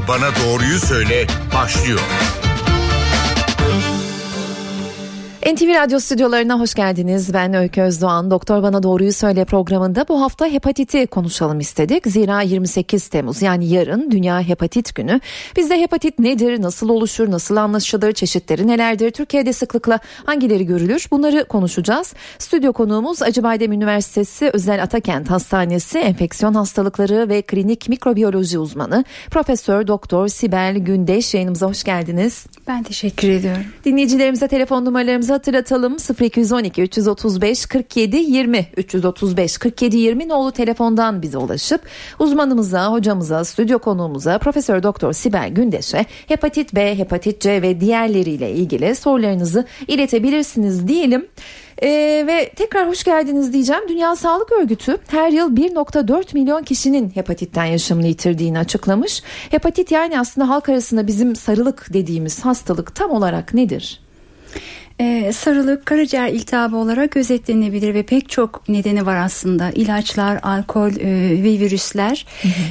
Bana Doğruyu Söyle başlıyor. NTV Radyo stüdyolarına hoş geldiniz. Ben Öykü Özdoğan. Doktor Bana Doğruyu Söyle programında bu hafta hepatiti konuşalım istedik. Zira 28 Temmuz yani yarın Dünya Hepatit Günü. Biz de hepatit nedir, nasıl oluşur, nasıl anlaşılır, çeşitleri nelerdir, Türkiye'de sıklıkla hangileri görülür bunları konuşacağız. Stüdyo konuğumuz Acıbadem Üniversitesi Özel Atakent Hastanesi Enfeksiyon Hastalıkları ve Klinik Mikrobiyoloji uzmanı Profesör Doktor Sibel Gündeş, yayınımıza hoş geldiniz. Ben teşekkür ediyorum. Dinleyicilerimize telefon numaralarımızı hatırlatalım. 0212 335 47 20 335 47 20 nolu telefondan bize ulaşıp uzmanımıza, hocamıza, stüdyo konuğumuza Profesör Doktor Sibel Gündeş'e hepatit B, hepatit C ve diğerleriyle ilgili sorularınızı iletebilirsiniz diyelim. Ve tekrar hoş geldiniz diyeceğim. Dünya Sağlık Örgütü her yıl 1.4 milyon kişinin hepatitten yaşamını yitirdiğini açıklamış. Hepatit yani aslında halk arasında bizim sarılık dediğimiz hastalık tam olarak nedir? Sarılık karaciğer iltihabı olarak özetlenebilir ve pek çok nedeni var aslında. İlaçlar, alkol ve virüsler.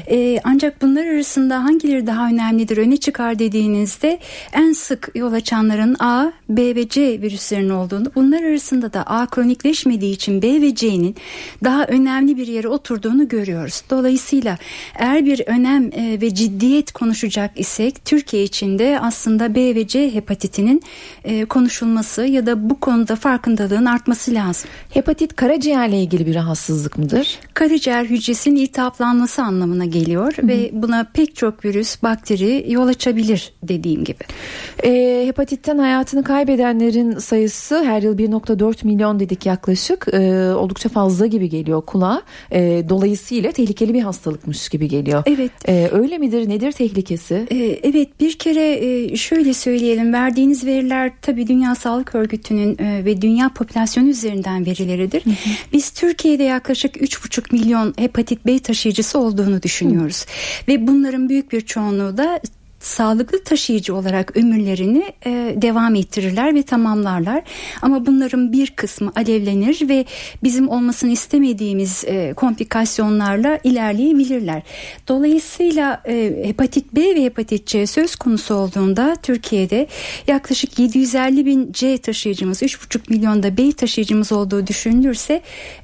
Ancak bunlar arasında hangileri daha önemlidir, öne çıkar dediğinizde en sık yol açanların A, B ve C virüslerinin olduğunu, bunlar arasında da A kronikleşmediği için B ve C'nin daha önemli bir yere oturduğunu görüyoruz. Dolayısıyla eğer bir önem ve ciddiyet konuşacak isek Türkiye içinde aslında B ve C hepatitinin konuşulması ya da bu konuda farkındalığın artması lazım. Hepatit karaciğerle ilgili bir rahatsızlık mıdır? Karaciğer hücresinin iltihaplanması anlamına geliyor ve buna pek çok virüs, bakteri yol açabilir dediğim gibi. Hepatitten hayatını kaybedenlerin sayısı her yıl 1.4 milyon dedik yaklaşık. Oldukça fazla gibi geliyor kulağa. Dolayısıyla tehlikeli bir hastalıkmış gibi geliyor. Evet. Öyle midir? Nedir tehlikesi? Evet, bir kere şöyle söyleyelim. Verdiğiniz veriler tabii Dünya Sağlık Örgütü'nün ve dünya popülasyonu üzerinden verileridir. Biz Türkiye'de yaklaşık 3,5 milyon hepatit B taşıyıcısı olduğunu düşünüyoruz. Ve bunların büyük bir çoğunluğu da sağlıklı taşıyıcı olarak ömürlerini devam ettirirler ve tamamlarlar. Ama bunların bir kısmı alevlenir ve bizim olmasını istemediğimiz komplikasyonlarla ilerleyebilirler. Dolayısıyla hepatit B ve hepatit C söz konusu olduğunda Türkiye'de yaklaşık 750 bin C taşıyıcımız, 3,5 milyonda B taşıyıcımız olduğu düşünülürse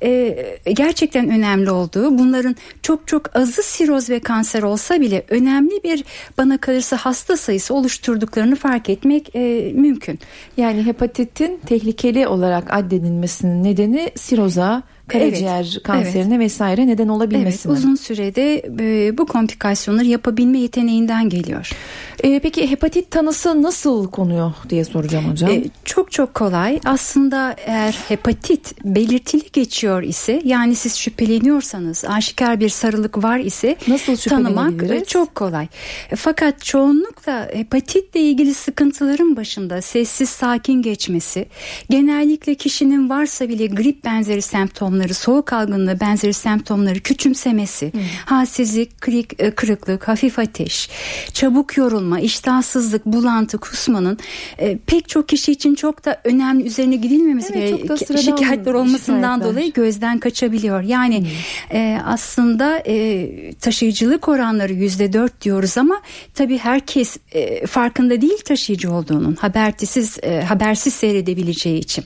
gerçekten önemli olduğu, bunların çok çok azı siroz ve kanser olsa bile önemli bir, bana kalırsa, hasta sayısı oluşturduklarını fark etmek mümkün. Yani hepatitin tehlikeli olarak addedilmesinin nedeni siroza, karaciğer kanserine vesaire neden olabilmesi mi? Uzun sürede bu komplikasyonları yapabilme yeteneğinden geliyor. Peki hepatit tanısı nasıl konuyor diye soracağım hocam. Çok çok kolay. Aslında eğer hepatit belirtili geçiyor ise, yani siz şüpheleniyorsanız, aşikar bir sarılık var ise nasıl tanımak çok kolay. Fakat çoğunlukla hepatitle ilgili sıkıntıların başında sessiz sakin geçmesi, genellikle kişinin varsa bile grip benzeri semptomları, soğuk algınlığı benzeri semptomları küçümsemesi, halsizlik, kırıklık, hafif ateş, çabuk yorulma, iştahsızlık, bulantı, kusmanın pek çok kişi için çok da önemli, üzerine gidilmemesi gereken şikayetler olmasından dolayı gözden kaçabiliyor. Yani aslında taşıyıcılık oranları %4 diyoruz ama tabii herkes farkında değil taşıyıcı olduğunun, habersiz seyredebileceği için.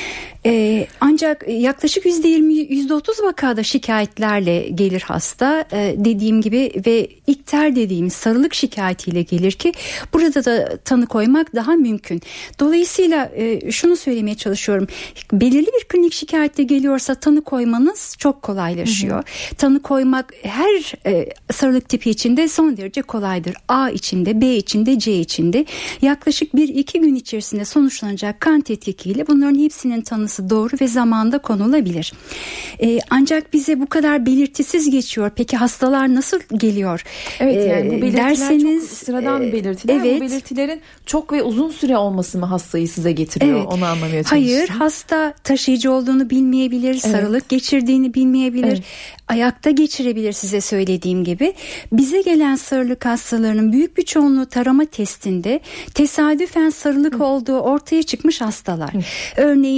Ancak yaklaşık %20-%30 vakada şikayetlerle gelir hasta, dediğim gibi, ve ikter dediğimiz sarılık şikayetiyle gelir ki burada da tanı koymak daha mümkün. Dolayısıyla şunu söylemeye çalışıyorum. Belirli bir klinik şikayetle geliyorsa tanı koymanız çok kolaylaşıyor. Tanı koymak her sarılık tipi içinde son derece kolaydır. A içinde, B içinde, C içinde yaklaşık 1-2 gün içerisinde sonuçlanacak kan tetkikiyle bunların hepsinin tanısı doğru ve zamanda konulabilir. Ancak bize bu kadar belirtisiz geçiyor. Peki hastalar nasıl geliyor? Evet, yani bu belirtiler derseniz, çok sıradan belirtiler. Evet. Bu belirtilerin çok ve uzun süre olması mı hastayı size getiriyor? Evet. Onu anlamaya çalışıyorum. Hayır, hasta taşıyıcı olduğunu bilmeyebilir, sarılık geçirdiğini bilmeyebilir. Ayakta geçirebilir, size söylediğim gibi. Bize gelen sarılık hastalarının büyük bir çoğunluğu tarama testinde tesadüfen sarılık olduğu ortaya çıkmış hastalar. Örneğin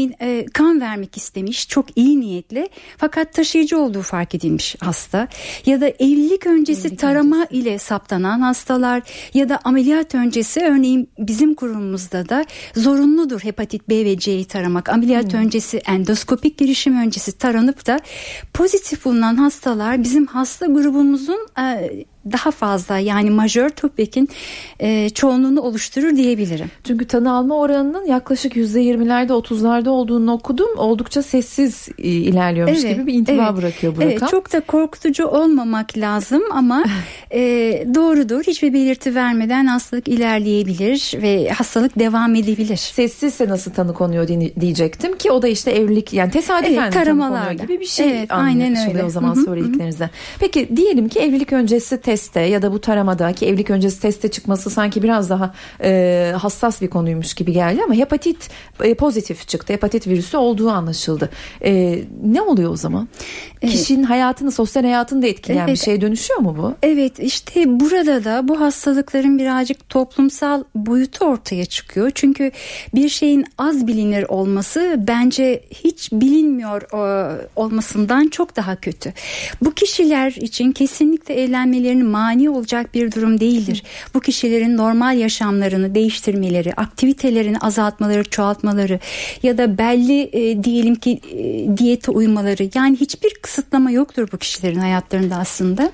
kan vermek istemiş, çok iyi niyetli, fakat taşıyıcı olduğu fark edilmiş hasta. Ya da evlilik öncesi tarama ile saptanan hastalar ya da ameliyat öncesi, örneğin bizim kurumumuzda da zorunludur hepatit B ve C'yi taramak. Ameliyat öncesi, endoskopik girişim öncesi taranıp da pozitif bulunan hastalar bizim hasta grubumuzun daha fazla, yani majör topyekin çoğunluğunu oluşturur diyebilirim. Çünkü tanı alma oranının yaklaşık %20'lerde 30'larda olduğunu okudum. Oldukça sessiz ilerliyormuş gibi bir intiba bırakıyor bu rakam. Evet, çok da korkutucu olmamak lazım ama doğrudur. Hiçbir belirti vermeden hastalık ilerleyebilir ve hastalık devam edebilir. Sessizse nasıl tanı konuyor diyecektim ki o da işte evlilik, yani tesadüfen tanı konuyor gibi bir şey. Evet, aynen öyle. O zaman söylediklerinizden. Peki diyelim ki evlilik öncesi teste ya da bu taramadaki evlilik öncesi teste çıkması sanki biraz daha hassas bir konuymuş gibi geldi ama hepatit pozitif çıktı. Hepatit virüsü olduğu anlaşıldı. Ne oluyor o zaman? Kişinin hayatını, sosyal hayatını da etkileyen bir şeye dönüşüyor mu bu? Evet, işte burada da bu hastalıkların birazcık toplumsal boyutu ortaya çıkıyor. Çünkü bir şeyin az bilinir olması bence hiç bilinmiyor olmasından çok daha kötü. Bu kişiler için kesinlikle evlenmelerine mani olacak bir durum değildir. Bu kişilerin normal yaşamlarını değiştirmeleri, aktivitelerini azaltmaları, çoğaltmaları ya da belli diyelim ki diyete uymaları, yani hiçbir kısıtlama yoktur bu kişilerin hayatlarında aslında.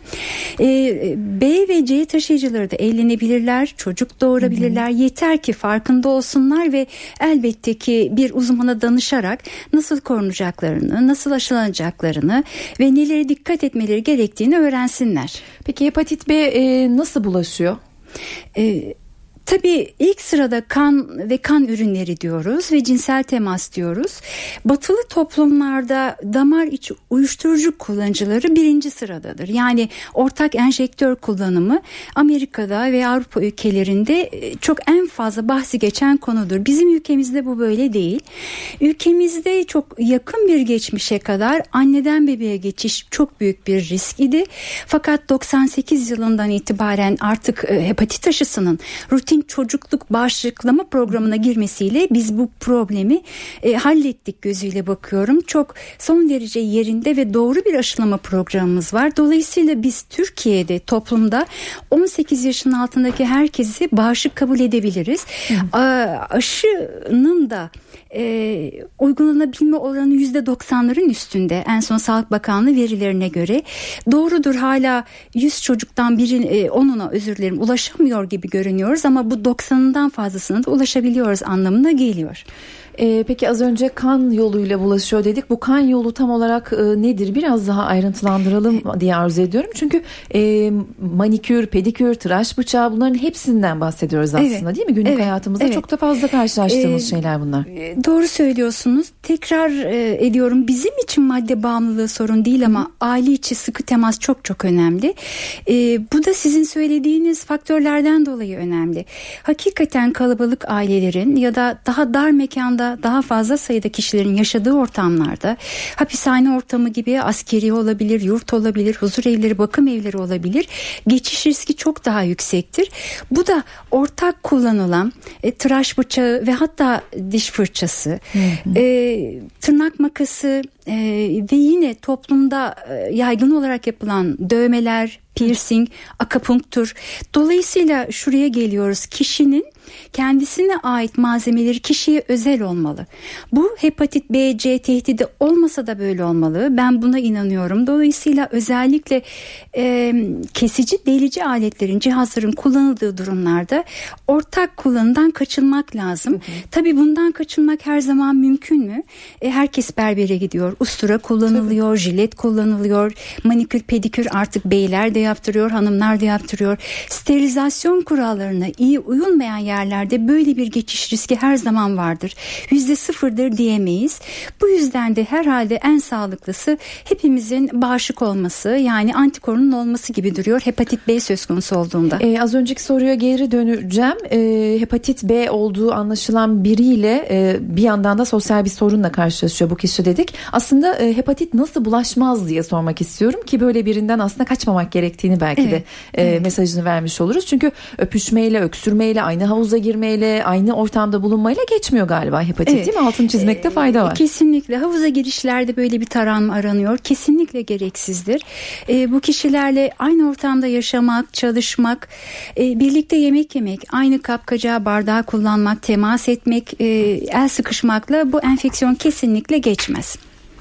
B ve C taşıyıcıları da evlenebilirler, çocuk doğurabilirler. Yeter ki farkında olsunlar ve elbette ki bir uzmana danışarak nasıl korunacaklarını, nasıl aşılanacaklarını ve nelere dikkat etmeleri gerektiğini öğrensinler. Peki hepatit B nasıl bulaşıyor? Tabii ilk sırada kan ve kan ürünleri diyoruz ve cinsel temas diyoruz. Batılı toplumlarda damar içi uyuşturucu kullanıcıları birinci sıradadır. Yani ortak enjektör kullanımı Amerika'da ve Avrupa ülkelerinde çok en fazla bahsi geçen konudur. Bizim ülkemizde bu böyle değil. Ülkemizde çok yakın bir geçmişe kadar anneden bebeğe geçiş çok büyük bir risk idi. Fakat 98 yılından itibaren artık hepatit aşısının rutin çocukluk bağışıklama programına girmesiyle biz bu problemi hallettik gözüyle bakıyorum. Çok son derece yerinde ve doğru bir aşılama programımız var. Dolayısıyla biz Türkiye'de toplumda 18 yaşın altındaki herkesi bağışık kabul edebiliriz. Aşının da uygulanabilme oranı %90'ların üstünde en son Sağlık Bakanlığı verilerine göre. Doğrudur, hala 100 çocuktan onuna ulaşamıyor gibi görünüyoruz ama bu 90'ından fazlasına da ulaşabiliyoruz anlamına geliyor. Peki az önce kan yoluyla bulaşıyor dedik. Bu kan yolu tam olarak nedir? Biraz daha ayrıntılandıralım diye arzu ediyorum. Çünkü manikür, pedikür, tıraş bıçağı, bunların hepsinden bahsediyoruz aslında, değil mi? Günlük hayatımızda çok da fazla karşılaştığımız şeyler bunlar. Doğru söylüyorsunuz. Tekrar ediyorum, bizim için madde bağımlılığı sorun değil ama aile içi sıkı temas çok çok önemli. Bu da sizin söylediğiniz faktörlerden dolayı önemli. Hakikaten kalabalık ailelerin ya da daha dar mekanda daha fazla sayıda kişilerin yaşadığı ortamlarda, hapishane ortamı gibi askeri olabilir, yurt olabilir, huzur evleri, bakım evleri olabilir. Geçiş riski çok daha yüksektir. Bu da ortak kullanılan tıraş bıçağı ve hatta diş fırçası, tırnak makası ve yine toplumda yaygın olarak yapılan dövmeler, piercing, akupunktur. Dolayısıyla şuraya geliyoruz. Kişinin kendisine ait malzemeleri kişiye özel olmalı. Bu hepatit B, C tehdidi olmasa da böyle olmalı. Ben buna inanıyorum. Dolayısıyla özellikle kesici, delici aletlerin, cihazların kullanıldığı durumlarda ortak kullanımdan kaçınmak lazım. Tabii bundan kaçınmak her zaman mümkün mü? Herkes berbere gidiyor. Ustura kullanılıyor, jilet kullanılıyor. Manikür, pedikür artık beyler de yaptırıyor, hanımlar da yaptırıyor. Sterilizasyon kurallarına iyi uyulmayan yerlerde böyle bir geçiş riski her zaman vardır. %0'dır diyemeyiz. Bu yüzden de herhalde en sağlıklısı hepimizin bağışık olması, yani antikorunun olması gibi duruyor hepatit B söz konusu olduğunda. Az önceki soruya geri döneceğim. Hepatit B olduğu anlaşılan biriyle bir yandan da sosyal bir sorunla karşılaşıyor bu kişi dedik. Aslında hepatit nasıl bulaşmaz diye sormak istiyorum ki böyle birinden aslında kaçmamak gerektiğini belki de mesajını vermiş oluruz. Çünkü öpüşmeyle, öksürmeyle, aynı havuzda havuza girmeyle, aynı ortamda bulunmayla geçmiyor galiba hepatit, değil mi? Altını çizmekte fayda var. Kesinlikle. Havuza girişlerde böyle bir taranma aranıyor. Kesinlikle gereksizdir. Bu kişilerle aynı ortamda yaşamak, çalışmak, birlikte yemek yemek, aynı kapkacağı, bardağı kullanmak, temas etmek, el sıkışmakla bu enfeksiyon kesinlikle geçmez.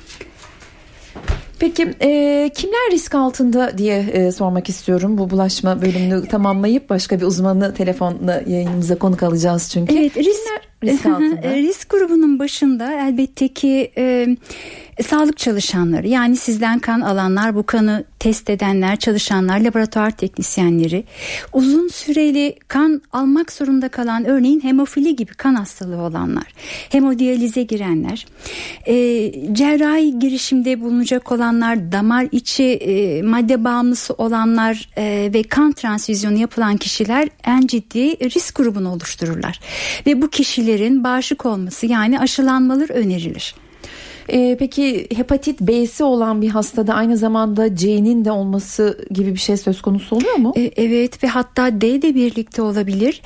Peki kimler risk altında diye sormak istiyorum. Bu bulaşma bölümünü tamamlayıp başka bir uzmanı telefonla yayınımıza konuk alacağız çünkü. Evet, risk altında. Risk grubunun başında elbette ki sağlık çalışanları, yani sizden kan alanlar, bu kanı test edenler, çalışanlar, laboratuvar teknisyenleri, uzun süreli kan almak zorunda kalan, örneğin hemofili gibi kan hastalığı olanlar, hemodiyalize girenler, cerrahi girişimde bulunacak olanlar, damar içi madde bağımlısı olanlar ve kan transfüzyonu yapılan kişiler en ciddi risk grubunu oluştururlar. Ve bu kişilerin bağışık olması, yani aşılanmaları önerilir. Peki hepatit B'si olan bir hastada aynı zamanda C'nin de olması gibi bir şey söz konusu oluyor mu? Evet, ve hatta D de birlikte olabilir.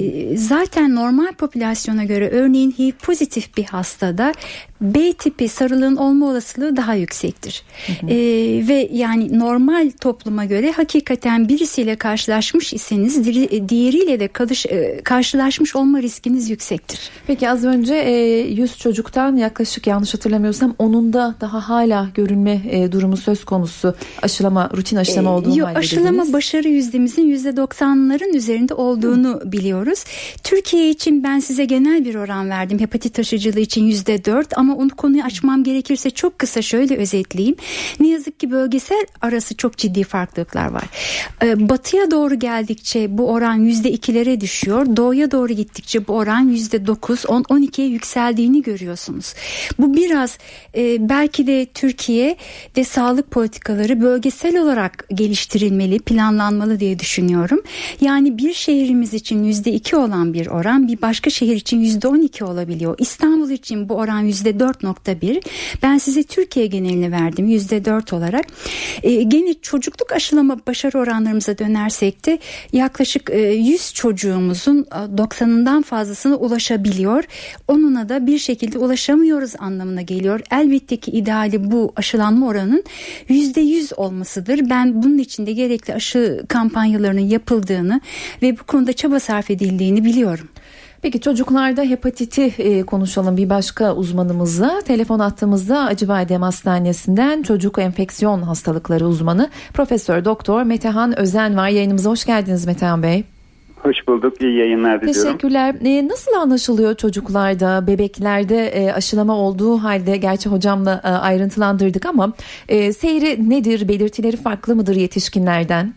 Zaten normal popülasyona göre, örneğin HIV pozitif bir hastada B tipi sarılığın olma olasılığı daha yüksektir. Ve yani normal topluma göre hakikaten birisiyle karşılaşmış iseniz diğeriyle de karşılaşmış olma riskiniz yüksektir. Peki az önce 100 çocuktan yaklaşık, yanlış hatırlamıyorsam, onun da daha hala görünme durumu söz konusu. Rutin aşılama olduğunu halde aşılama dediniz. başarı yüzdemizin %90'ların üzerinde olduğunu biliyoruz. Türkiye için ben size genel bir oran verdim. Hepatit taşıyıcılığı için %4, ama onu konuyu açmam gerekirse çok kısa şöyle özetleyeyim. Ne yazık ki bölgesel arası çok ciddi farklılıklar var. Batıya doğru geldikçe bu oran %2'lere düşüyor. Doğuya doğru gittikçe bu oran %9, 10, 12'ye yükseldiğini görüyorsunuz. Bu biraz belki de Türkiye'de sağlık politikaları bölgesel olarak geliştirilmeli, planlanmalı diye düşünüyorum. Yani bir şehrimiz için %2 olan bir oran bir başka şehir için %12 olabiliyor. İstanbul için bu oran %4.1. Ben size Türkiye genelini verdim %4 olarak. Gene çocukluk aşılama başarı oranlarımıza dönersek de yaklaşık 100 çocuğumuzun 90'ından fazlasına ulaşabiliyor. Onuna da bir şekilde ulaşamıyoruz anlamına geliyor. Elbette ki ideali bu aşılanma oranının %100 olmasıdır. Ben bunun için de gerekli aşı kampanyalarının yapıldığını ve bu konuda çaba sarf edildiğini biliyorum. Peki çocuklarda hepatiti konuşalım bir başka uzmanımızla. Telefon attığımızda Acıbadem Hastanesi'nden çocuk enfeksiyon hastalıkları uzmanı Profesör Doktor Metehan Özen var. Yayınımıza hoş geldiniz Metehan Bey. Hoş bulduk. İyi yayınlar diliyorum. Teşekkürler. Nasıl anlaşılıyor çocuklarda, bebeklerde aşılama olduğu halde, gerçi hocamla ayrıntılandırdık ama seyri nedir, belirtileri farklı mıdır yetişkinlerden?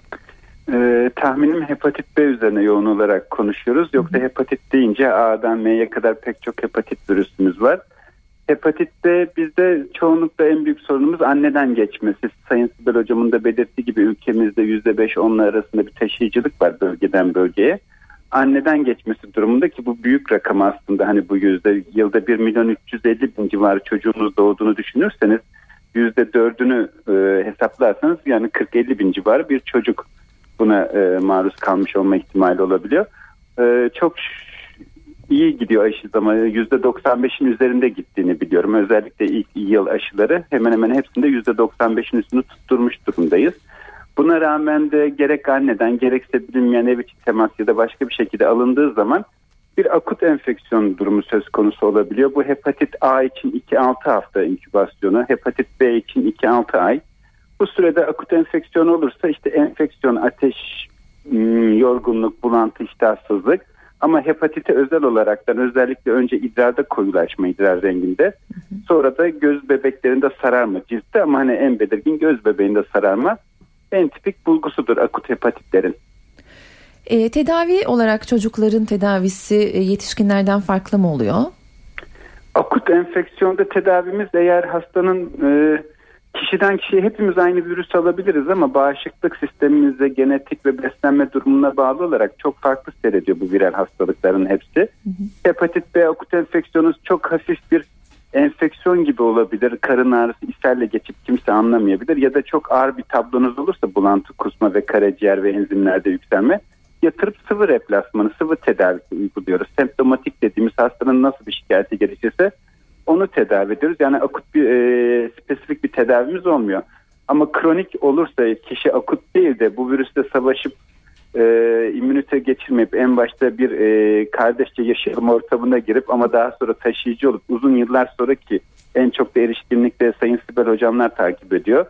Tahminim hepatit B üzerine yoğun olarak konuşuyoruz. Yoksa hepatit deyince A'dan M'ye kadar pek çok hepatit virüsümüz var. Hepatit B bizde çoğunlukla en büyük sorunumuz anneden geçmesi. Sayın Sibel Hocam'ın da belirttiği gibi ülkemizde %5-10'la arasında bir taşıyıcılık var bölgeden bölgeye. Anneden geçmesi durumunda, ki bu büyük rakam aslında, hani bu yılda 1.350.000 civarı çocuğunuz doğduğunu düşünürseniz %4'ünü hesaplarsanız yani 40-50.000 civarı bir çocuk buna maruz kalmış olma ihtimali olabiliyor. Çok iyi gidiyor aşı zamanı. %95'in üzerinde gittiğini biliyorum. Özellikle ilk yıl aşıları hemen hemen hepsinde %95'in üstünü tutturmuş durumdayız. Buna rağmen de gerek anneden gerekse bilinmeyen ev içi temas ya da başka bir şekilde alındığı zaman bir akut enfeksiyon durumu söz konusu olabiliyor. Bu hepatit A için 2-6 hafta inkübasyonu, hepatit B için 2-6 ay. Bu sürede akut enfeksiyon olursa işte enfeksiyon, ateş, yorgunluk, bulantı, iştahsızlık, ama hepatite özel olaraktan özellikle önce idrarda koyulaşma, idrar renginde, sonra da göz bebeklerinde sararma ciltte, ama hani en belirgin göz bebeğinde sararma en tipik bulgusudur akut hepatitlerin. Tedavi olarak çocukların tedavisi yetişkinlerden farklı mı oluyor? Akut enfeksiyonda tedavimiz, eğer hastanın kişiden kişiye hepimiz aynı virüs alabiliriz ama bağışıklık sistemimize, genetik ve beslenme durumuna bağlı olarak çok farklı seyrediyor bu viral hastalıkların hepsi. Hepatit B akut enfeksiyonu çok hafif bir enfeksiyon gibi olabilir. Karın ağrısı, ishalle geçip kimse anlamayabilir ya da çok ağır bir tablonuz olursa bulantı, kusma ve karaciğer ve enzimlerde yükselme, yatırıp sıvı replasmanı, sıvı tedavisi uyguluyoruz. Semptomatik dediğimiz hastanın nasıl bir şikayeti gelişirse onu tedavi ediyoruz. Yani akut bir spesifik bir tedavimiz olmuyor. Ama kronik olursa, kişi akut değil de bu virüste savaşıp immünite geçirmeyip en başta bir kardeşçe yaşam ortamına girip ama daha sonra taşıyıcı olup uzun yıllar sonra, ki en çok da erişkinlikte Sayın Sibel hocamlar takip ediyor.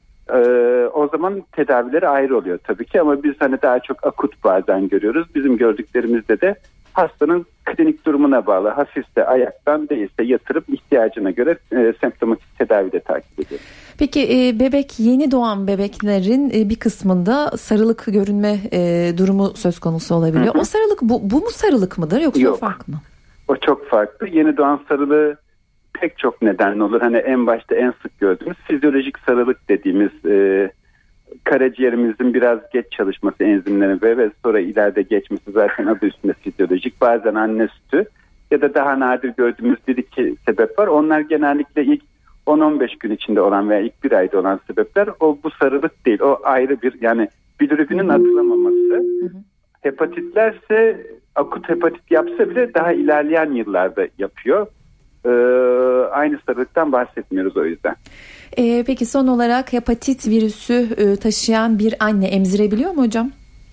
O zaman tedavileri ayrı oluyor tabii ki, ama biz hani daha çok akut bazen görüyoruz. Bizim gördüklerimizde de hastanın klinik durumuna bağlı, hafifse ayaktan, değilse yatırıp ihtiyacına göre semptomatik tedavi de takip ediyoruz. Peki yeni doğan bebeklerin bir kısmında sarılık görünme durumu söz konusu olabiliyor. O sarılık bu mu sarılık mıdır yoksa Yok, farklı mı? O çok farklı. Yeni doğan sarılığı pek çok nedenle olur. Hani en başta en sık gördüğümüz fizyolojik sarılık dediğimiz karaciğerimizin biraz geç çalışması, enzimlerin ve sonra ileride geçmesi, zaten adı üstünde fizyolojik. Bazen anne sütü ya da daha nadir gördüğümüz bir iki sebep var. Onlar genellikle ilk 10-15 gün içinde olan veya ilk bir ayda olan sebepler. O bu sarılık değil. O ayrı bir, yani bilirubinin atılamaması. Hepatitlerse akut hepatit yapsa bile daha ilerleyen yıllarda yapıyor. Aynı sarılıktan bahsetmiyoruz o yüzden. Peki son olarak hepatit virüsü taşıyan bir anne emzirebiliyor mu hocam?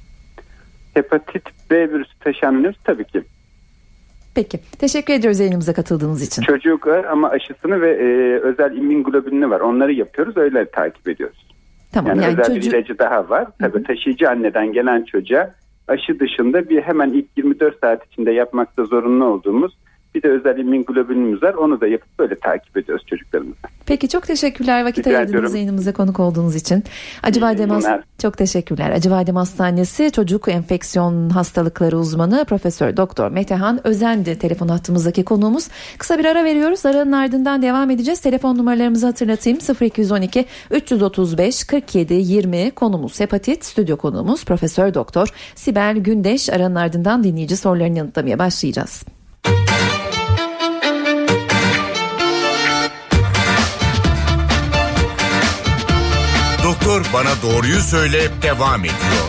Hepatit B virüsü taşıyan virüs tabii ki. Peki. Teşekkür ediyoruz yayınımıza katıldığınız için. Çocuk var ama aşısını ve özel immünoglobulini var. Onları yapıyoruz. Öyle takip ediyoruz. Tamam, yani özel bir ilacı daha var. Tabii taşıyıcı anneden gelen çocuğa aşı dışında bir hemen ilk 24 saat içinde yapmakta zorunlu olduğumuz bir de özel immünoglobulinimiz var. Onu da yapıp böyle takip ediyoruz çocuklarımızı. Peki, çok teşekkürler vakit ayırdığınız, yayınımıza konuk olduğunuz için. Çok teşekkürler. Acıbadem Hastanesi Çocuk Enfeksiyon Hastalıkları Uzmanı Profesör Doktor Metehan Özendi telefon hattımızdaki konuğumuz. Kısa bir ara veriyoruz. Aranın ardından devam edeceğiz. Telefon numaralarımızı hatırlatayım. 0212 335 47 20. Konumuz hepatit. Stüdyo konuğumuz Profesör Doktor Sibel Gündeş. Aranın ardından dinleyici sorularını yanıtlamaya başlayacağız. Doktor Bana Doğruyu Söyle devam ediyor.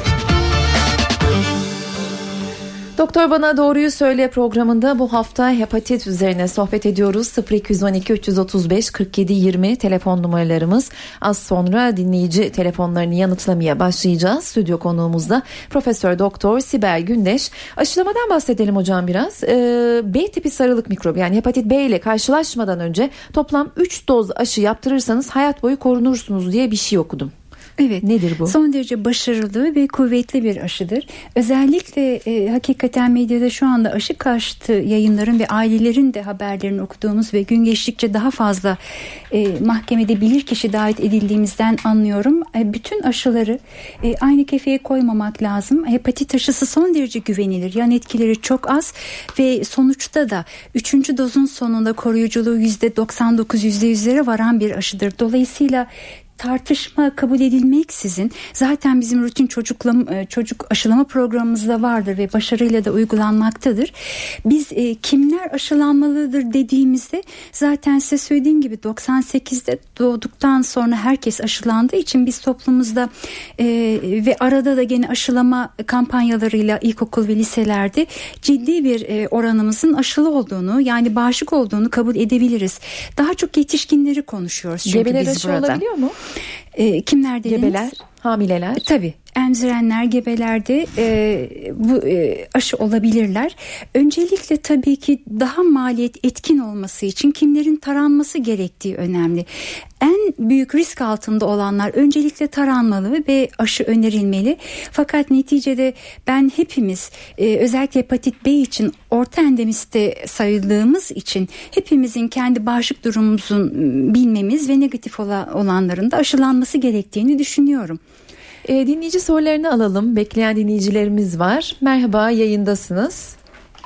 Doktor Bana Doğruyu Söyle programında bu hafta hepatit üzerine sohbet ediyoruz. 0212 335 47 20 telefon numaralarımız. Az sonra dinleyici telefonlarını yanıtlamaya başlayacağız. Stüdyo konuğumuzda Profesör Doktor Sibel Gündeş. Aşılamadan bahsedelim hocam biraz. B tipi sarılık mikrobu, yani hepatit B ile karşılaşmadan önce toplam 3 doz aşı yaptırırsanız hayat boyu korunursunuz diye bir şey okudum. Evet. Nedir bu? Son derece başarılı ve kuvvetli bir aşıdır. Özellikle hakikaten medyada şu anda aşı karşıtı yayınların ve ailelerin de haberlerini okuduğumuz ve gün geçtikçe daha fazla mahkemede bilirkişi davet edildiğimizden anlıyorum. Bütün aşıları aynı kefeye koymamak lazım. Hepatit aşısı son derece güvenilir. Yan etkileri çok az ve sonuçta da 3. dozun sonunda koruyuculuğu %99, %100'lere varan bir aşıdır. Dolayısıyla tartışma kabul edilmeksizin zaten bizim rutin çocuk aşılama programımızda vardır ve başarıyla da uygulanmaktadır. Biz kimler aşılanmalıdır dediğimizde zaten size söylediğim gibi 98'de doğduktan sonra herkes aşılandığı için biz toplumumuzda ve arada da gene aşılama kampanyalarıyla ilkokul ve liselerde ciddi bir oranımızın aşılı olduğunu, yani bağışık olduğunu kabul edebiliriz. Daha çok yetişkinleri konuşuyoruz çünkü gebeler biz aşı burada. olabiliyor mu? Kimler dediniz? Gebeler, hamileler. Tabii. Emzirenler, gebelerde bu aşı olabilirler. Öncelikle tabii ki daha maliyet etkin olması için kimlerin taranması gerektiği önemli. En büyük risk altında olanlar öncelikle taranmalı ve aşı önerilmeli. Fakat neticede hepimiz özellikle hepatit B için orta endemiste sayıldığımız için hepimizin kendi bağışıklık durumumuzun bilmemiz ve negatif olanların da aşılanması gerektiğini düşünüyorum. Dinleyici sorularını alalım. Bekleyen dinleyicilerimiz var. Merhaba, yayındasınız.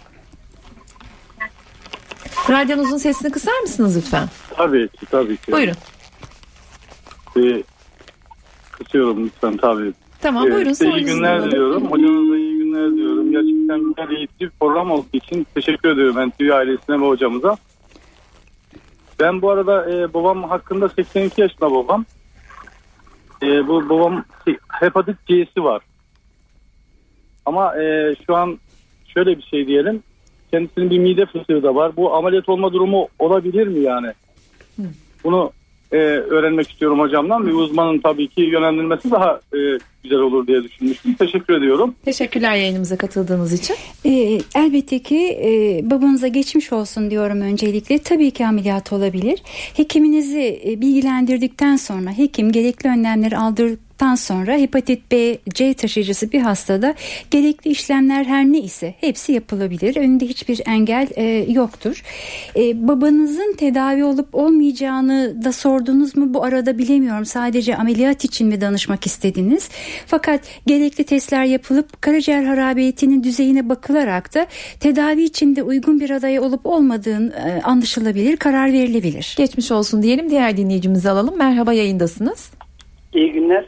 Radyonuzun sesini kısar mısınız lütfen? Tabii ki. Buyurun. Kısıyorum lütfen tabii. Tamam, buyurun. İyi günler diliyorum. Hocanıza iyi günler diliyorum. Gerçekten güzel, eğitici bir program olduğu için teşekkür ediyorum ben TV ailesine ve hocamıza. Ben bu arada babam hakkında 82 yaşında babam. Bu babam hepatit C'si var. Ama şu an şöyle bir şey diyelim. Kendisinin bir mide fıtığı da var. Bu ameliyat olma durumu olabilir mi yani? Bunu öğrenmek istiyorum hocamdan. Bir uzmanın tabii ki yönlendirmesi daha güzel olur diye düşünmüştüm. Teşekkür ediyorum. Teşekkürler yayınımıza katıldığınız için. Elbette ki babanıza geçmiş olsun diyorum öncelikle. Tabii ki ameliyat olabilir. Hekiminizi bilgilendirdikten sonra hekim gerekli önlemleri aldıktan sonra hepatit B, C taşıyıcısı bir hastada gerekli işlemler her ne ise hepsi yapılabilir. Önünde hiçbir engel yoktur. Babanızın tedavi olup olmayacağını da sordunuz mu? Bu arada bilemiyorum. Sadece ameliyat için mi danışmak istediniz? Fakat gerekli testler yapılıp karaciğer harabiyetinin düzeyine bakılarak da tedavi için de uygun bir aday olup olmadığını anlaşılabilir, karar verilebilir. Geçmiş olsun diyelim. Diğer dinleyicimizi alalım. Merhaba, yayındasınız. İyi günler.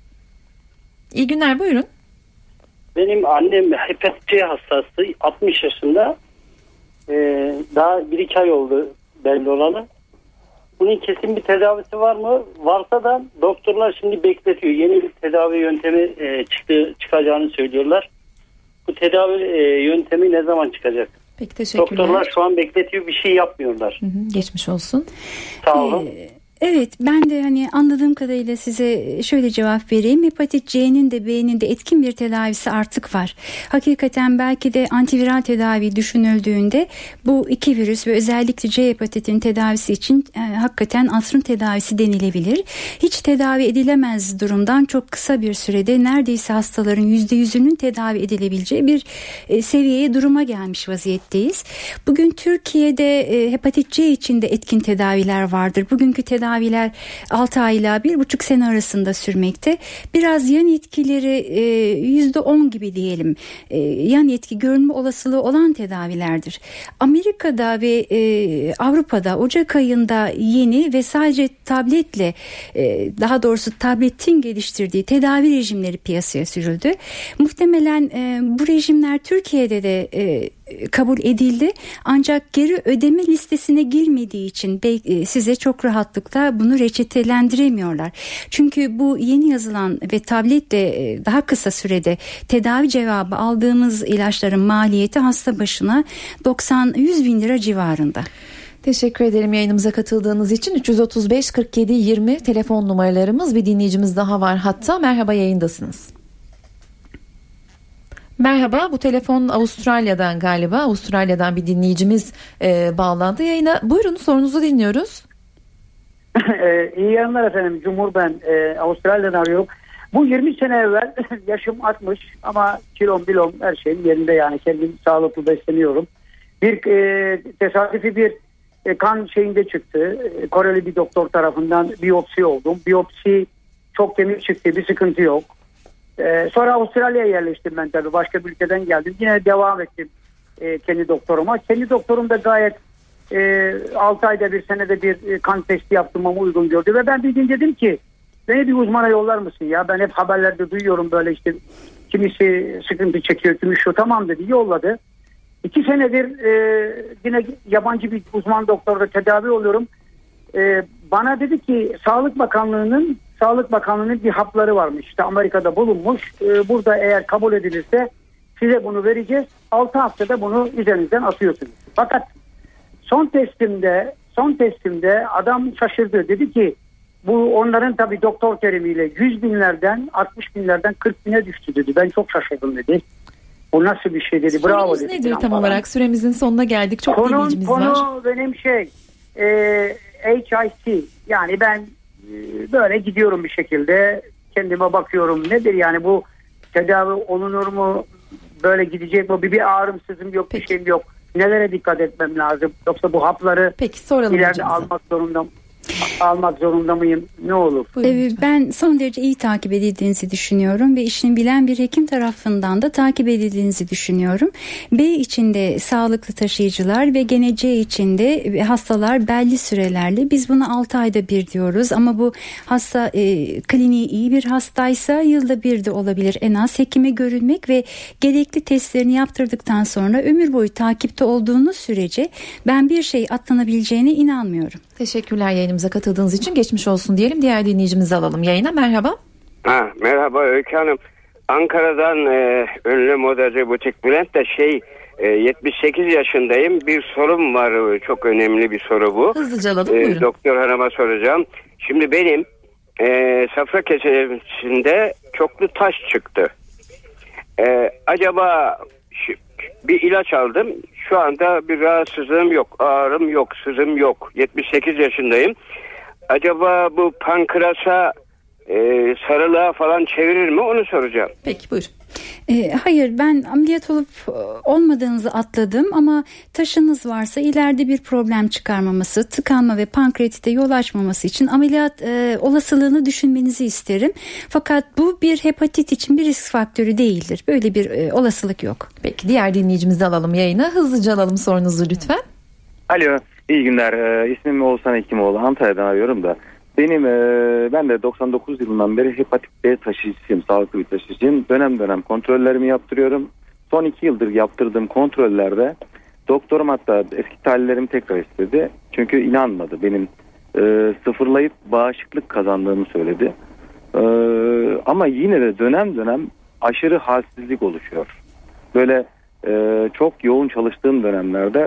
İyi günler, buyurun. Benim annem hepatit C hastası, 60 yaşında. Daha 1-2 ay oldu belli olalı. Bunun kesin bir tedavisi var mı? Varsa da doktorlar şimdi bekletiyor. Yeni bir tedavi yöntemi çıkacağını söylüyorlar. Bu tedavi yöntemi ne zaman çıkacak? Peki, teşekkürler. Doktorlar şu an bekletiyor, bir şey yapmıyorlar. Geçmiş olsun. Sağ olun. Evet, ben de anladığım kadarıyla size şöyle cevap vereyim. Hepatit C'nin de B'nin de etkin bir tedavisi artık var. Hakikaten belki de antiviral tedavi düşünüldüğünde bu iki virüs ve özellikle C hepatitin tedavisi için hakikaten asrın tedavisi denilebilir. Hiç tedavi edilemez durumdan çok kısa bir sürede neredeyse hastaların %100'ünün tedavi edilebileceği bir seviyeye, duruma gelmiş vaziyetteyiz. Bugün Türkiye'de hepatit C için de etkin tedaviler vardır. Bugünkü tedaviler 6 ay ile 1,5 sene arasında sürmekte. Biraz yan etkileri %10 gibi diyelim. Yan etki görünme olasılığı olan tedavilerdir. Amerika'da ve Avrupa'da Ocak ayında yeni ve sadece tabletle, daha doğrusu tabletin geliştirdiği tedavi rejimleri piyasaya sürüldü. Muhtemelen bu rejimler Türkiye'de de kabul edildi. Ancak geri ödeme listesine girmediği için size çok rahatlıkla bunu reçetelendiremiyorlar. Çünkü bu yeni yazılan ve tabletle daha kısa sürede tedavi cevabı aldığımız ilaçların maliyeti hasta başına 90-100 bin lira civarında. Teşekkür ederim yayınımıza katıldığınız için. 335 47 20 telefon numaralarımız. Bir dinleyicimiz daha var hatta. Merhaba, yayındasınız. Merhaba, bu telefon Avustralya'dan galiba. Avustralya'dan bir dinleyicimiz bağlandı yayına. Buyurun, sorunuzu dinliyoruz. İyi yayınlar efendim. Cumhur ben. Avustralya'dan arıyorum. Bu 20 sene evvel yaşım 60 ama kilom her şeyim yerinde, yani kendim sağlıklı besleniyorum. Bir tesadüfi bir kan şeyinde çıktı. Koreli bir doktor tarafından biyopsi oldum. Biyopsi çok kemik çıktı, bir sıkıntı yok. Sonra Avustralya'ya yerleştim ben tabii. Başka bir ülkeden geldim. Yine devam ettim kendi doktoruma. Kendi doktorum da gayet 6 ayda bir, senede bir kan testi yaptırmamı uygun gördü. Ve ben bir gün dedim ki beni bir uzmana yollar mısın ya? Ben hep haberlerde duyuyorum böyle, işte kimisi sıkıntı çekiyor, kimisi şu. Tamam dedi, yolladı. 2 senedir yine yabancı bir uzman doktorda tedavi oluyorum. Bana dedi ki Sağlık Bakanlığı'nın bir hapları varmış. İşte Amerika'da bulunmuş. Burada eğer kabul edilirse size bunu vereceğiz. 6 haftada bunu üzerinizden atıyorsunuz. Fakat son testimde adam şaşırdı. Dedi ki bu onların tabii doktor terimiyle 100 binlerden 60 binlerden 40 bine düştü dedi. Ben çok şaşırdım dedi. Bu nasıl bir şey dedi. Bravo dedi. Nedir tam olarak? Süremizin sonuna geldik. Çok dinleyicimiz var. Konu benim HIC. Yani ben böyle gidiyorum bir şekilde, kendime bakıyorum. Nedir yani, bu tedavi olunur mu? Böyle gidecek mi? Bir ağrımsızım yok, bir şeyim yok. Nelere dikkat etmem lazım? Yoksa bu hapları ileride almak zorunda mıyım? Ne olur? Ben son derece iyi takip edildiğinizi düşünüyorum ve işini bilen bir hekim tarafından da takip edildiğinizi düşünüyorum. B içinde sağlıklı taşıyıcılar ve gene C içinde hastalar belli sürelerle, biz buna 6 ayda bir diyoruz ama bu hasta kliniği iyi bir hastaysa yılda bir de olabilir en az, hekime görünmek ve gerekli testlerini yaptırdıktan sonra ömür boyu takipte olduğunuz sürece ben bir şey atlanabileceğine inanmıyorum. Teşekkürler yayınımıza katıldığınız için. Geçmiş olsun diyelim. Diğer dinleyicimizi alalım yayına. Merhaba. Merhaba Öykü Hanım. Ankara'dan ünlü modacı Butik Bülent de 78 yaşındayım. Bir sorum var, çok önemli bir soru bu. Hızlıca alalım, buyurun. Doktor hanıma soracağım. Şimdi benim safra kesiminde çoklu taş çıktı. Acaba bir ilaç aldım. Şu anda bir rahatsızlığım yok, ağrım yok, sızım yok. 78 yaşındayım. Acaba bu pankrasa sarılığa falan çevirir mi, onu soracağım. Peki, buyurun. Hayır, ben ameliyat olup olmadığınızı atladım ama taşınız varsa ileride bir problem çıkarmaması, tıkanma ve pankreatite yol açmaması için ameliyat olasılığını düşünmenizi isterim. Fakat bu bir hepatit için bir risk faktörü değildir. Böyle bir olasılık yok. Peki, diğer dinleyicimizi alalım yayına. Hızlıca alalım sorunuzu lütfen. Alo, iyi günler. İsmim Oğuzhan Hekimoğlu. Antalya'dan arıyorum da. Ben de 99 yılından beri hepatit B taşıyıcısıyım, sağlıklı bir taşıyıcıyım. Dönem dönem kontrollerimi yaptırıyorum. Son 2 yıldır yaptırdığım kontrollerde doktorum hatta eski tahlillerimi tekrar istedi. Çünkü inanmadı. Benim sıfırlayıp bağışıklık kazandığımı söyledi. Ama yine de dönem dönem aşırı halsizlik oluşuyor. Böyle çok yoğun çalıştığım dönemlerde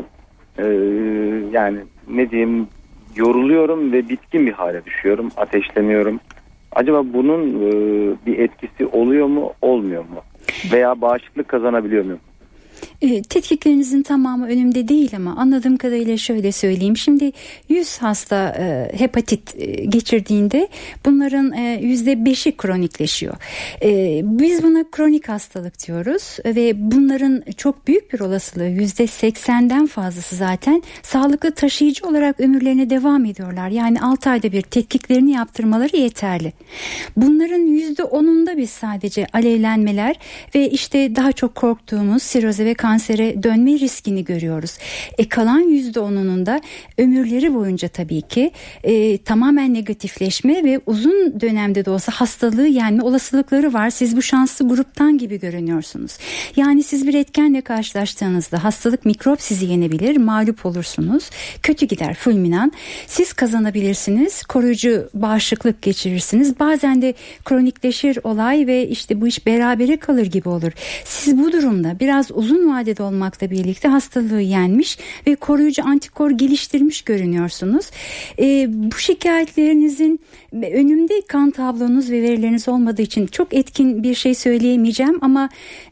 yani ne diyeyim, yoruluyorum ve bitkin bir hale düşüyorum, ateşleniyorum. Acaba bunun bir etkisi oluyor mu, olmuyor mu? Veya bağışıklık kazanabiliyor muyum? Tetkiklerinizin tamamı önümde değil ama anladığım kadarıyla şöyle söyleyeyim. Şimdi 100 hasta hepatit geçirdiğinde bunların %5'i kronikleşiyor. Biz buna kronik hastalık diyoruz ve bunların çok büyük bir olasılığı %80'den fazlası zaten sağlıklı taşıyıcı olarak ömürlerine devam ediyorlar. Yani 6 ayda bir tetkiklerini yaptırmaları yeterli. Bunların %10'unda biz sadece alevlenmeler ve işte daha çok korktuğumuz siroze ve kansere dönme riskini görüyoruz. Kalan %10'unun da ömürleri boyunca tabii ki tamamen negatifleşme ve uzun dönemde de olsa hastalığı yenme olasılıkları var. Siz bu şanslı gruptan gibi görünüyorsunuz. Yani siz bir etkenle karşılaştığınızda hastalık, mikrop sizi yenebilir, mağlup olursunuz. Kötü gider, fulminan. Siz kazanabilirsiniz, koruyucu bağışıklık geçirirsiniz. Bazen de kronikleşir olay ve işte bu iş berabere kalır gibi olur. Siz bu durumda biraz uzun vadede olmakla birlikte hastalığı yenmiş ve koruyucu antikor geliştirmiş görünüyorsunuz. Bu şikayetlerinizin önümde kan tablonuz ve verileriniz olmadığı için çok etkin bir şey söyleyemeyeceğim ama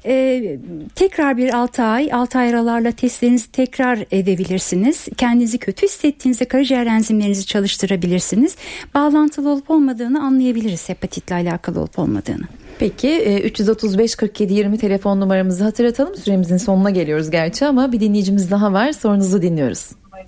tekrar bir 6 ay aralarla testlerinizi tekrar edebilirsiniz. Kendinizi kötü hissettiğinizde karaciğer enzimlerinizi çalıştırabilirsiniz. Bağlantılı olup olmadığını anlayabiliriz, hepatitle alakalı olup olmadığını. Peki 335 47 20 telefon numaramızı hatırlatalım. Süremizin sonuna geliyoruz gerçi ama bir dinleyicimiz daha var. Sorunuzu dinliyoruz.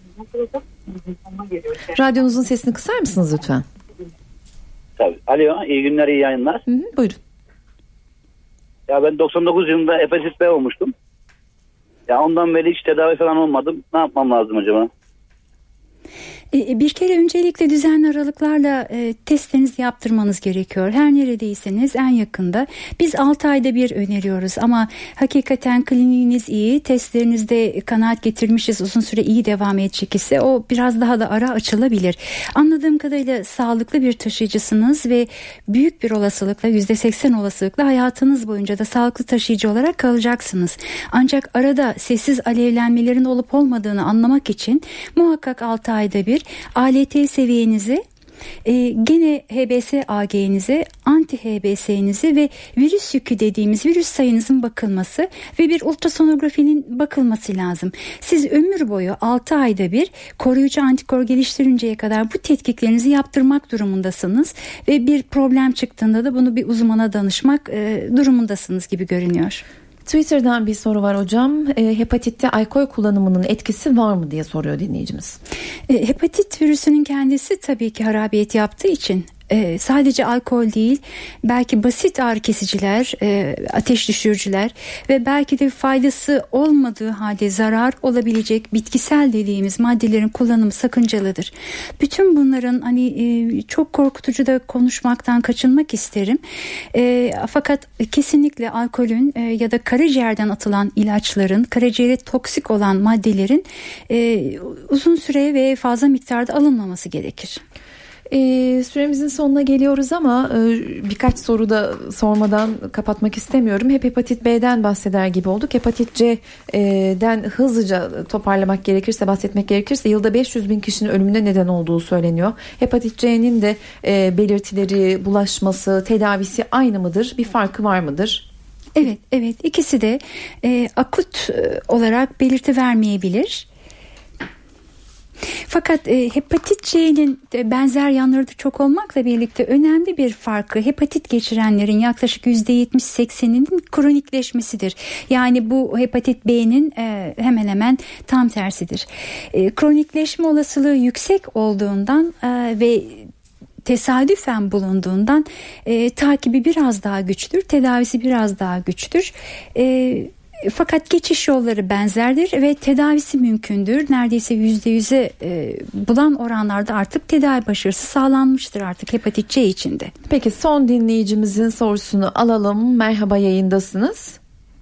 Radyonuzun sesini kısar mısınız lütfen? Tabii. Alo, iyi günler, iyi yayınlar. Buyurun. Ya ben 99 yılında hepatit B olmuştum. Ya ondan beri hiç tedavi falan olmadım. Ne yapmam lazım acaba? Bir kere öncelikle düzenli aralıklarla testlerinizi yaptırmanız gerekiyor. Her neredeyseniz en yakında. Biz 6 ayda bir öneriyoruz ama hakikaten kliniğiniz iyi, testlerinizde kanaat getirmişiz, uzun süre iyi devam edecek ise o biraz daha da ara açılabilir. Anladığım kadarıyla sağlıklı bir taşıyıcısınız ve büyük bir olasılıkla, %80 olasılıkla hayatınız boyunca da sağlıklı taşıyıcı olarak kalacaksınız. Ancak arada sessiz alevlenmelerin olup olmadığını anlamak için muhakkak 6 ayda bir ALT seviyenizi, gene HBS AG'nizi, anti HBS'nizi ve virüs yükü dediğimiz virüs sayınızın bakılması ve bir ultrasonografinin bakılması lazım. Siz ömür boyu 6 ayda bir koruyucu antikor geliştirinceye kadar bu tetkiklerinizi yaptırmak durumundasınız ve bir problem çıktığında da bunu bir uzmana danışmak durumundasınız gibi görünüyor. Twitter'dan bir soru var hocam. Hepatitte alkol kullanımının etkisi var mı diye soruyor dinleyicimiz. Hepatit virüsünün kendisi tabii ki harabiyet yaptığı için sadece alkol değil, belki basit ağrı kesiciler, ateş düşürücüler ve belki de faydası olmadığı halde zarar olabilecek bitkisel dediğimiz maddelerin kullanımı sakıncalıdır. Bütün bunların hani çok korkutucu da konuşmaktan kaçınmak isterim. Fakat kesinlikle alkolün ya da karaciğerden atılan ilaçların, karaciğere toksik olan maddelerin uzun süre ve fazla miktarda alınmaması gerekir. Süremizin sonuna geliyoruz ama birkaç soru da sormadan kapatmak istemiyorum. Hep hepatit B'den bahseder gibi olduk. Hepatit C'den hızlıca toparlamak gerekirse, bahsetmek gerekirse yılda 500 bin kişinin ölümüne neden olduğu söyleniyor. Hepatit C'nin de belirtileri, bulaşması, tedavisi aynı mıdır? Bir farkı var mıdır? Evet, ikisi de akut olarak belirti vermeyebilir. Fakat hepatit C'nin benzer yanları da çok olmakla birlikte önemli bir farkı hepatit geçirenlerin yaklaşık %70-80'inin kronikleşmesidir. Yani bu hepatit B'nin hemen hemen tam tersidir. Kronikleşme olasılığı yüksek olduğundan ve tesadüfen bulunduğundan takibi biraz daha güçtür, tedavisi biraz daha güçtür. Fakat geçiş yolları benzerdir ve tedavisi mümkündür. Neredeyse %100'e bulan oranlarda artık tedavi başarısı sağlanmıştır artık hepatit C içinde. Peki son dinleyicimizin sorusunu alalım. Merhaba, yayındasınız.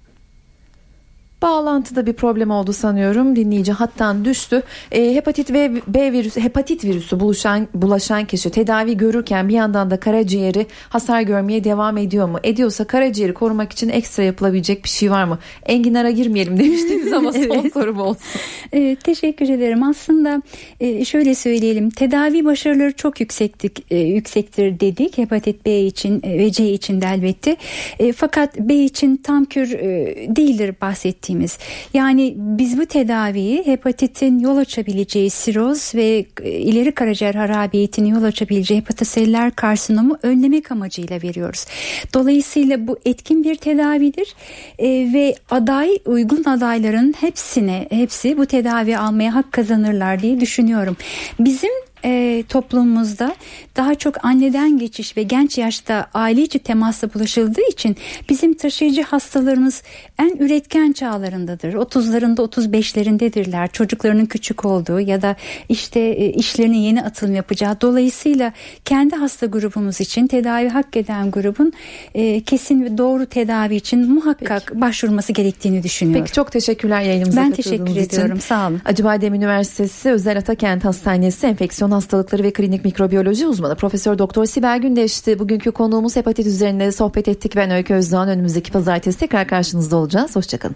Bağlantıda bir problem oldu sanıyorum. Dinleyici hattan düştü. Hepatit B virüsü, hepatit virüsü bulaşan kişi tedavi görürken bir yandan da karaciğeri hasar görmeye devam ediyor mu? Ediyorsa karaciğeri korumak için ekstra yapılabilecek bir şey var mı? Enginara girmeyelim demiştiniz ama son soru bu olsun. Teşekkür ederim. Aslında şöyle söyleyelim. Tedavi başarıları çok yüksektir dedik. Hepatit B için ve C için de elbette. Fakat B için tam kür değildir bahsettiğim. Yani biz bu tedaviyi hepatitin yol açabileceği siroz ve ileri karaciğer harabiyetini yol açabileceği hepatoseller karsinomu önlemek amacıyla veriyoruz. Dolayısıyla bu etkin bir tedavidir ve uygun adayların hepsi bu tedavi almaya hak kazanırlar diye düşünüyorum. Bizim toplumumuzda daha çok anneden geçiş ve genç yaşta aile içi temasla bulaşıldığı için bizim taşıyıcı hastalarımız en üretken çağlarındadır. 30'larında 35'lerindedirler. Çocuklarının küçük olduğu ya da işlerine yeni atılım yapacağı. Dolayısıyla kendi hasta grubumuz için tedavi hak eden grubun kesin ve doğru tedavi için muhakkak başvurması gerektiğini düşünüyorum. Peki, çok teşekkürler yayınımıza katıldığınız için. Ben teşekkür ediyorum. Sağ olun. Acıbadem Üniversitesi Özel Atakent Hastanesi Enfeksiyon Hastalıkları ve Klinik Mikrobiyoloji uzmanı Profesör Doktor Sibel Gündeş'ti. Bugünkü konuğumuz hepatit üzerine sohbet ettik. Ben Öykü Özdoğan. Önümüzdeki pazartesi tekrar karşınızda olacağız. Hoşçakalın.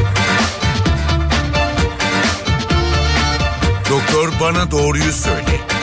Doktor bana doğruyu söyle.